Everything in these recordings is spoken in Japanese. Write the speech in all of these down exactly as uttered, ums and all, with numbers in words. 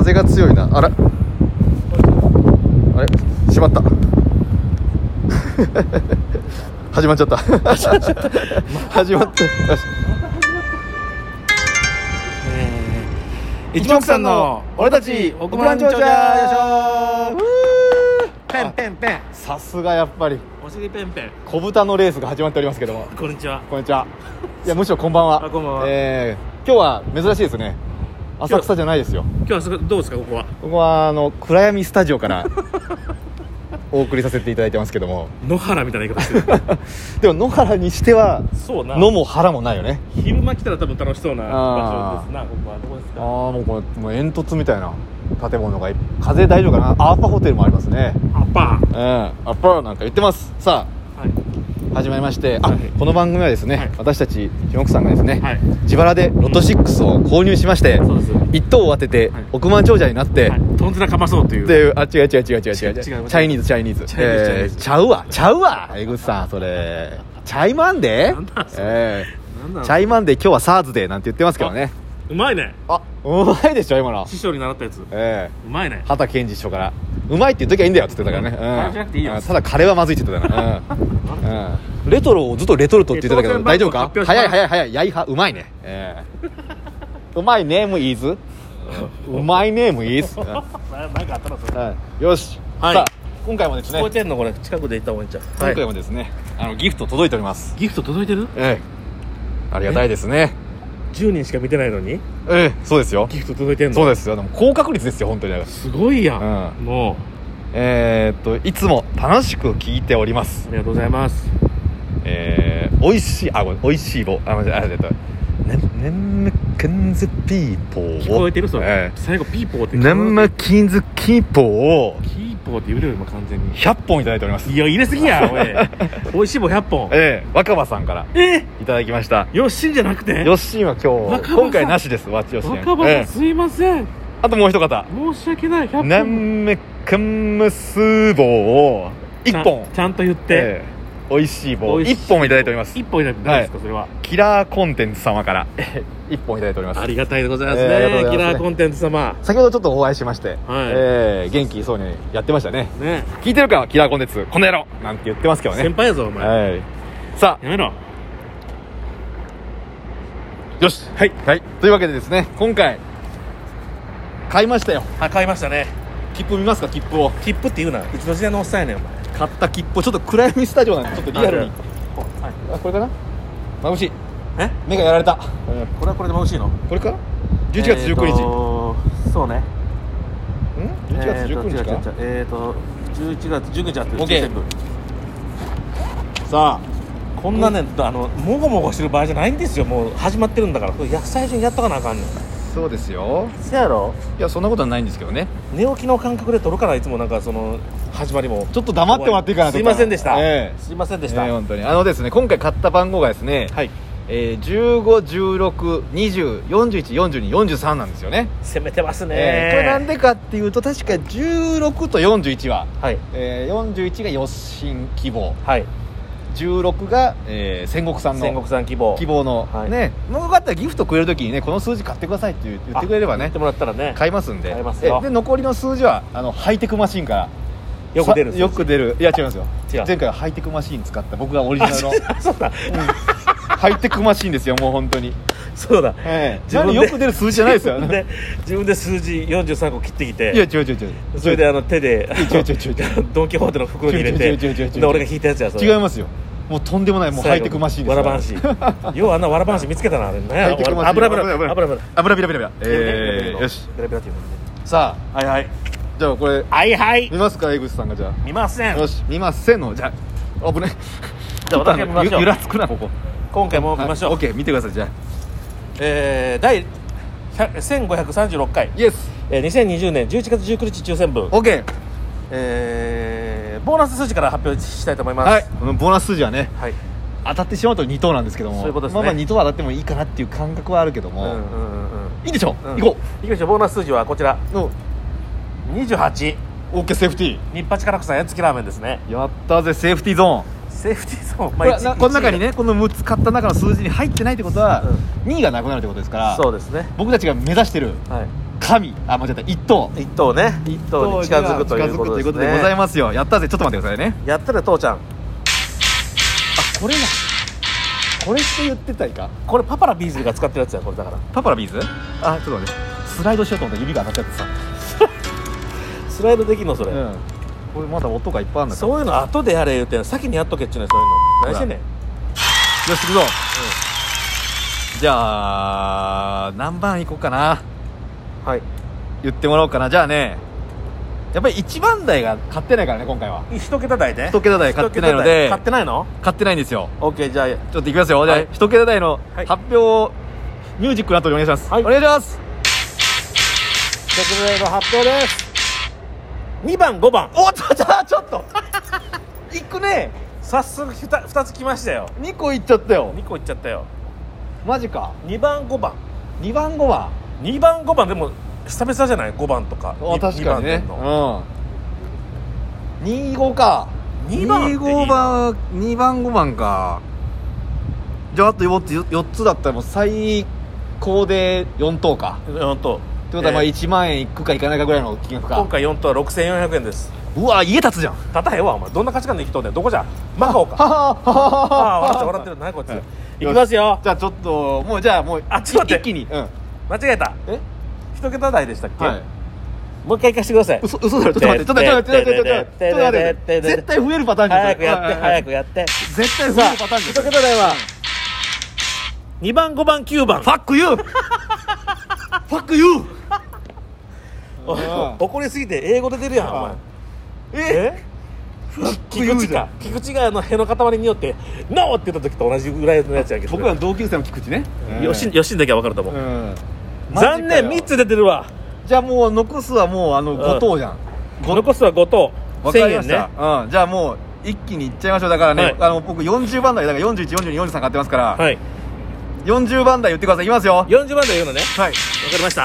風が強いな。あらあれしまった始まっちゃった始まったよし、 えー、一目散の俺たち億万長者、よいしょー。ペンペンペン。 さすがやっぱりお尻ペンペン。 小豚のレースが始まっておりますけども。 こんにちは。 こんにちは。いやむしろこんばんは。 あ、こんばんは。 えー、今日は珍しいですね。浅草じゃないですよ。 今日はどうですかここは。 ここはあの暗闇スタジオからお送りさせていただいてますけども野原みたいな言い方してるでも野原にしてはそうな、 野も原もないよね。 昼間来たら多分楽しそうな場所ですな。ここはどこですか。 ああもうこれもう煙突みたいな建物が風大丈夫かな。アーパホテルもありますね。 アッパー、 うん、アッパーなんか言ってます。さあ、 はい、 始まりまして、あ、 はい、 この番組はですね、 はい、 私たちひもくさんがですね、はい、自腹でロトろくを購入しまして、そうです、いっ等を当てて、はい、億万長者になって、はい、 トンズラかまそうというっていう。あ、違う違う違う違う違う違う、チャイニーズチャイニーズ、えー、ちゃうわちゃうわ江口さんそれチャイマンデーなんだそれ、えー、チャイマンデー今日はサーズデーなんて言ってますけどね。 うまいね。 あ、うまいでしょ今の。 師匠に習ったやつ。 ええー、 うまいね。 畑健二師匠からうまいって言っときゃいいんだよって言ってたからね。うん、 じゃなくていいよ。 ただカレーはまずいって言ってたから。うん、うん、レトロをずっとレトルトって言ってたけど大丈夫か。早い早い早いやいはうまいね。えー、うまいネームイーズ。うまいネームイーズ。なんかあったらそれ。 はい、よし。はい、さあ今回もですね。 聞こえてんのこれ近くで行った方がいいんちゃう。 今回もですね、あのギフト届いております。 ギフト届いてる？ ええ、ありがたいですね。 じゅうにんしか見てないのに。 ええ、そうですよ。 ギフト届いてんの。 そうですよ。でも高確率ですよ本当に。すごいやん、 うん、 もうえー、っといつも楽しく聞いております。 ありがとうございます。 えー、おいしいあごめんおいしい棒あ間違えた。ねねんめけんずピーポーを聞こえてるそれ、えー、最後ピーポーってねんめきんずキーポーをキーポーって言うてる今完全にひゃっぽんいただいております。 いや入れすぎやおいおいしい棒ひゃっぽん。 ええー、若葉さんからえいただきました。 よっしんじゃなくてよっしんは今日今回なしです。わちよしん若葉さん、えー、すいません。 あともう一方申し訳ない。ひゃっぽんねんめくんむす棒をいっぽんち, ちゃんと言って、えーおいしい棒いっぽんいただいております。 いっぽんいただいて誰ですか、はい、それはキラーコンテンツ様からいっぽんいただいております。 ありがたいでございますね、えー、キラーコンテンツ様先ほどちょっとお会いしまして、はい、えー、元気そうにやってました ね, ね聞いてるかキラーコンテンツこの野郎なんて言ってますけどね。 先輩やぞお前、はい、 さあやめろよし、 はい、 はい、というわけでですね今回買いましたよ。 はい、買いましたね。 切符見ますか。切符を切符って言うないつの時代のおっさんやねんお前。 買った切符ちょっと暗闇スタジオなんでちょっとリアルに、はい、あこれかな眩しい。え目がやられた、うん、 これはこれで眩しいのこれかじゅういちがつじゅうくにち、えー、そうねんじゅういちがつじゅうくにちかえーとじゅういちがつじゅうくにちあってる。 OK さあこんなね、うん、あのもごもごしてる場合じゃないんですよ。もう始まってるんだからこれ最初にやっとかなあかんねん。 そうですよ。 せやろ。 いやそんなことはないんですけどね。 寝起きの感覚で撮るからいつもなんかその始まりもちょっと黙ってもらっていいかなと。 すいませんでした、 えー、 すいませんでした、 えー、本当にあのですね今回買った番号がですね、はい、えー、じゅうご、じゅうろく、にじゅう、よんじゅういち、よんじゅうに、よんじゅうさんなんですよね。 攻めてますね、 えー、これなんでかっていうと確かじゅうろくとよんじゅういちは、はい、えー、よんじゅういちがよっしん希望、はい、じゅうろくが、えー、戦国さんの戦国さん希望希望の、はい、ね、もうよかったらギフトくれるときにねこの数字買ってくださいって言ってくれればね言ってもらったらね買いますんで。 買いますよ。 で残りの数字はあのハイテクマシンからよく出るよく出るいや違いますよ。前回はハイテクマシン使った僕がオリジナルのそうだ、うん、 ハイテクマシンですよもう本当にそうだ、 えー、自分でよく出る数字じゃないですよ自分で自分で数字よんじゅうさんこ切ってきていや違う違う違うそれであの手で違う違う違う違うドン・キホーテの袋に入れてで俺が引いたやつやそれ違いますよ。もうとんでもないもうハイテクマシンですわらばんしようあんなわらばんし見つけたなあれね。油油油油油油ビラビラビラえーよしビラビラっていうさあはいはいじゃあこれはいはい見ますか江口さんが。じゃあ見ません。 よし見ませんのじゃあ危ねじゃあ私が見ましょう。 ゆらつくなここ今回も見ましょう。 オッケー見てください。じゃあえー第せんごひゃくさんじゅうろっかいイエス、 えー、にせんにじゅうねんじゅういちがつじゅうくにち抽選分 OK、 えー、ボーナス数字から発表したいと思います。 はい、このボーナス数字はね、はい、当たってしまうとに等なんですけども、 そういうことですね。 まあまあに等当たってもいいかなっていう感覚はあるけども、うんうんうん、いいでしょ、うん、行こう。 いきましょう。ボーナス数字はこちらにじゅうはち。 OK セーフティー。 ニッパチカラクさんやっつきラーメンですね。 やったぜセーフティーゾーン。 セーフティーゾーン、 まあ、こ, この中にねこのむっつ買った中の数字に入ってないってことは、うん、にいがなくなるってことですから。 そうですね。 僕たちが目指してる、はい、 神あ間違えた一等一等ね一等に近づくということですね。 近づくということでございますよ。やったぜ。ちょっと待ってくださいね。 やったら父ちゃんあこれなこれって言ってたいか。 これパパラビーズが使ってるやつやこれだから。 パパラビーズあちょっと待ってスライドしようと思ったら指が当たっちゃってさスライドできんのそれ、 うんこれまだ音がいっぱいあるんだそういうの後でやれ言うてん先にやっとけっちゅうねそういうの何してんねん。 よし行くぞ、うん、じゃあ何番行こうかな。 はい言ってもらおうかな。じゃあねやっぱりいちばん台が買ってないからね今回は。 一桁台で一桁台買ってないので買ってないの買ってないんですよ。 OK じゃあちょっといきますよ、 はい、 じゃあ一桁台のはい発表をミュージックの後にお願いします、 はい、 お願いします。 一桁台の発表です。にばんごばんおっとじゃあちょっといくね。 早速ふたふたつきましたよ。 にこいっちゃったよ。 にこいっちゃったよ。 マジか。 にばんごばんにばんごばんにばんごばんでも久々じゃないごばんとか。 あ確かにね。うんにごか。 にばんっていいな。 にごばんにばんごばんか。じゃああとよっつよっつだったらもう最高でよん等か。 よん等ってことはまあいちまんえんいくかいかないかぐらいの金額か。 今回よん等はろくせんよんひゃくえんです。 うわ家建つじゃん。 立たへんわお前。どんな価値観で生きとんねん。どこじゃマカオか。 はははああ笑って笑ってる何こいつ。いきますよ。 じゃあちょっともうじゃあもうあちょっと待って一気に、うん、 間違えた。 え一桁台でしたっけ、 はい、 もう一回行かせてください。 嘘嘘だよ。ちょっと待ってちょっと待ってちょっと待ってちょっと待ってちょっと待って絶対増えるパターンじゃん。 早くやって早くやって。 絶対増えるパターンじゃん。 一桁台はにばんごばんきゅうばん。 ファックユーファックユー怒りすぎて英語で出るやんお前。 え菊池か菊池があのへの塊によって「ノー!」って言った時と同じぐらいのやつやけど僕らの同級生の菊池ね。 よしよしんだけは分かると思う、 うん、 残念みっつ出てるわ。 じゃあもう残すはもうあのご等じゃん。 残すはご等せんえんね。 うん、じゃあもう一気にいっちゃいましょう。だからね、 はい、 あの僕よんじゅうばん台だからよんじゅういち、よんじゅうに、よんじゅうさん買ってますから、 はい、 よんじゅうばん台言ってください。いきますよ。 よんじゅうばん台言うのね。 はい分かりました。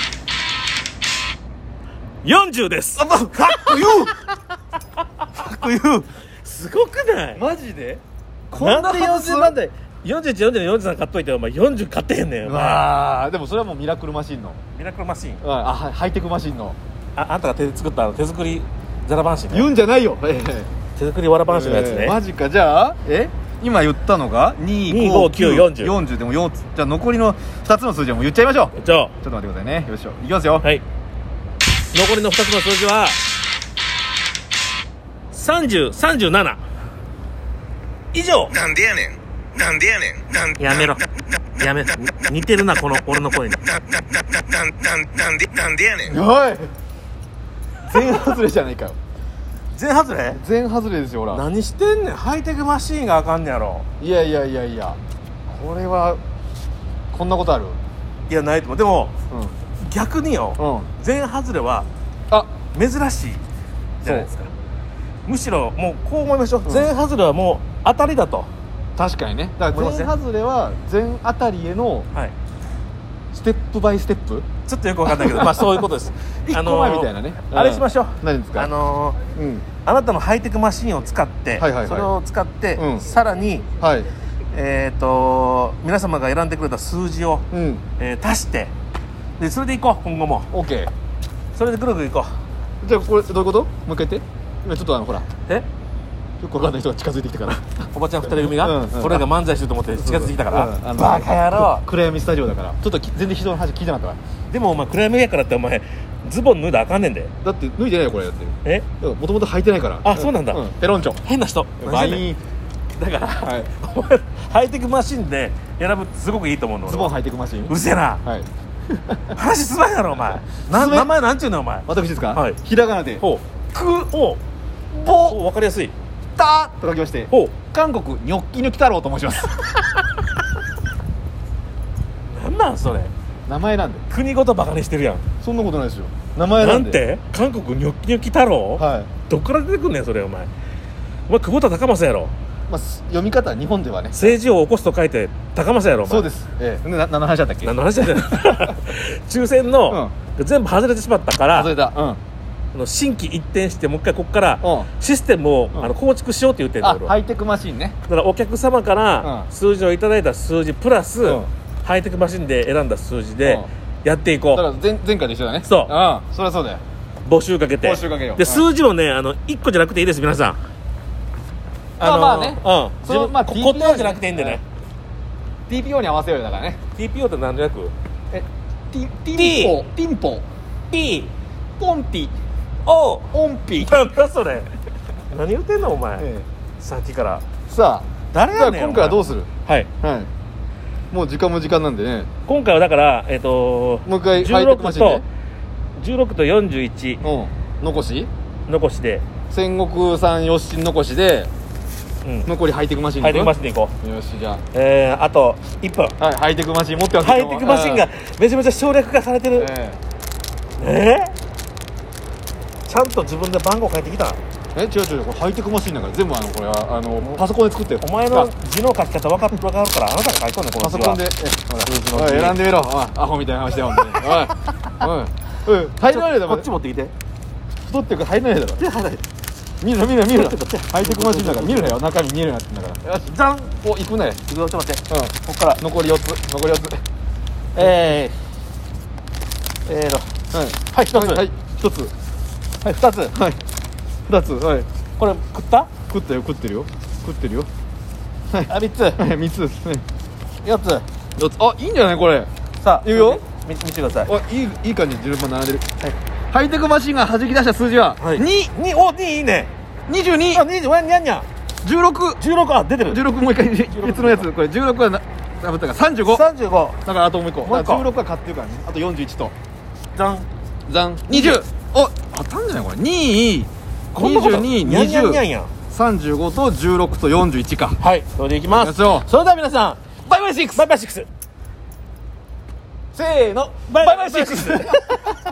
よんじゅうです。 あ、ファックユーファックユーすごくない？ マジでこんなよんじゅうばん台よんじゅういち、よんじゅうに、よんじゅうさん買っといてお前よんじゅう買ってへんねん。 ああでもそれはもうミラクルマシンのミラクルマシン。 ああハイテクマシンのあ, あんたが手で作った手作りザラバンシン、ね、 言うんじゃないよ、えー、 手作りわらばんしのやつね、 えー、マジか。じゃあえ今言ったのがに、ご、きゅう、よんじゅう よんじゅうでもよっつ。じゃあ残りのふたつの数字はもう言っちゃいましょう。 じゃあちょっと待ってくださいね。よいしょいきますよ。 はい残りのふたつの数字はさんじゅう、さんじゅうなな以上。 なんでやねんなんでやねんなんやめろやめろ似てるなこの俺の声に。 なななななんでなんでやねんおい全外れじゃないかよ。 全外れ全外れですよほら。 何してんねん。ハイテクマシーンがあかんねやろ。 いやいやいやいやこれはこんなことある。 いやないと思う。でもうん逆によ、 うん全外れはあ珍しいじゃないですか。むしろもうこう思いましょう、うん、全外れはもう当たりだと。 確かにね。だから全外れは全当たりへのステップバイステップ、 ちょっとよく分かんないけどまあそういうことですいっこまえみたいなね、 あのー、あれしましょう。 何ですか。 あのーうん、 あなたのハイテクマシンを使って、 はいはいはい、 それを使って、 うん、 さらに、 はい、 えーと皆様が選んでくれた数字を、 うんえー、足してでそれでいこう。今後も OK。 それでぐるぐるいこう。じゃあこれどういうこと。もう一回言って。今ちょっとあのほらえよくわかんない人が近づいてきたからおばちゃん二人組が、うんうん、俺らが漫才してると思って近づいてきたから、 うんうん、 バカ野郎。 暗闇スタジオだからちょっと全然人の話聞いてなかったわ。 でもお前暗闇やからってお前ズボン脱いだらあかんねんで。 だって脱いでないよこれ。だってえもともと履いてないから。 あ、そうなんだ、 うん、ペロンチョ変な人バインだから、はい、お前ハイテクマシンで選ぶってすごくいいと思うの。 ズボン履いていくマシン。 うるせえな、 はい、 話すまんやろお前。な名前なんちゅうのお前。 私ですか、 はい、 ひらがなでほうくおぼお分かりやすいたと書きまして、 ほう韓国ニョッキニョキ太郎と申しますなんなんそれ。 名前なんで。 国ごとバカにしてるやん。 そんなことないですよ。名前なんで。 なんて韓国ニョッキニョキ太郎、 はい、 どっから出てくんねんそれお前。お前久保田高政やろ。 まあ、読み方は日本ではね政治を起こすと書いて高政やろお前。 そうです、ええ、な何の話だったっけ。 何の話だったっけ抽選の、うん、全部外れてしまったから外れた、うん、 新規一転してもう一回ここからうんシステムを、うん、あの構築しようって言ってるんだけど。ハイテクマシンね。 だからお客様から数字をいただいた数字プラス、うん、ハイテクマシンで選んだ数字で、 やっていこう。 だから前前回で一緒だね。 そううんそりゃそうだよ。 募集かけて募集かけようで、 はい数字もね、あのいっこじゃなくていいです皆さん。 まあまあねうんそのまあこティーピーオー固定じゃなくていいんでね。 ティーピーオー に合わせようよだからね。 ティーピーオー って何の略？ えティティンポピンポ P ポンピ O オンピなんだそれ。何言ってんのお前、 えさっきから。 えさあ誰やねん。 じゃあ今回はどうする？ はい、 はいもう時間も時間なんでね。 今回はだからえっ、ともう一回じゅうろくハイテクマシンとでじゅうろくとよんじゅういちうん残し残しで、 戦国さんよし残しでうん、 残りハイテクマシンハイテクマシンンでいこう。 よしじゃえー、あといっぷん。 あはいハイテクマシン持ってますハイテクマシンがめちゃめちゃ省略化されてる。 ええー、ちゃんと自分で番号書いてきた。 ええ違う違うこれハイテクマシンだから全部あのこれはあのパソコンで作ってよ。 お前の字の書き方分かる分かるから、あなたが書いとんねんこの字は。 パソコンでえほら数字の字おい選んでみろおいアホみたいな話してほんとにおいおいおい入らないだろこっち持ってきて。 太ってるから入らないだろ手離れ。 見るな見るな見るなこっちこっちハイテクマシンだから見るなよ中身見るなってんだからよしじゃん。 お行くねちょっと待って。 うんこっから残りよっつ残りよっつえー、えーとはいはい一つはい一つはい二つ。 はい二つはいこれ食った？ 食ったよ食ってるよ食ってるよあ三つはい三つですね四つ。 四つあいいんじゃないこれさあいいよ。 見見てください。 おいいいい感じに順番並んでるはいハイテクマシンが弾き出した数字ははいににおにいいね。 にじゅうにあにじゅうにゃんにゃん。 じゅうろく十六あ出てる。 じゅうろくもう一回別のやつこれじゅうろくはなダブったからさんじゅうごだ三十五。 からあともう一個もう一個だからじゅうろくは買ってるからねあとよんじゅういちとじゃん。 ざんにじゅうお当たんじゃないこれにこんなことににゃんにゃんにゃんにやん。 さんじゅうごとじゅうろくとよんじゅういちかはいそれでいきます。 やつよそれでは皆さんバイバイシックスバイバイシックスせーのバイバイバイバイシックス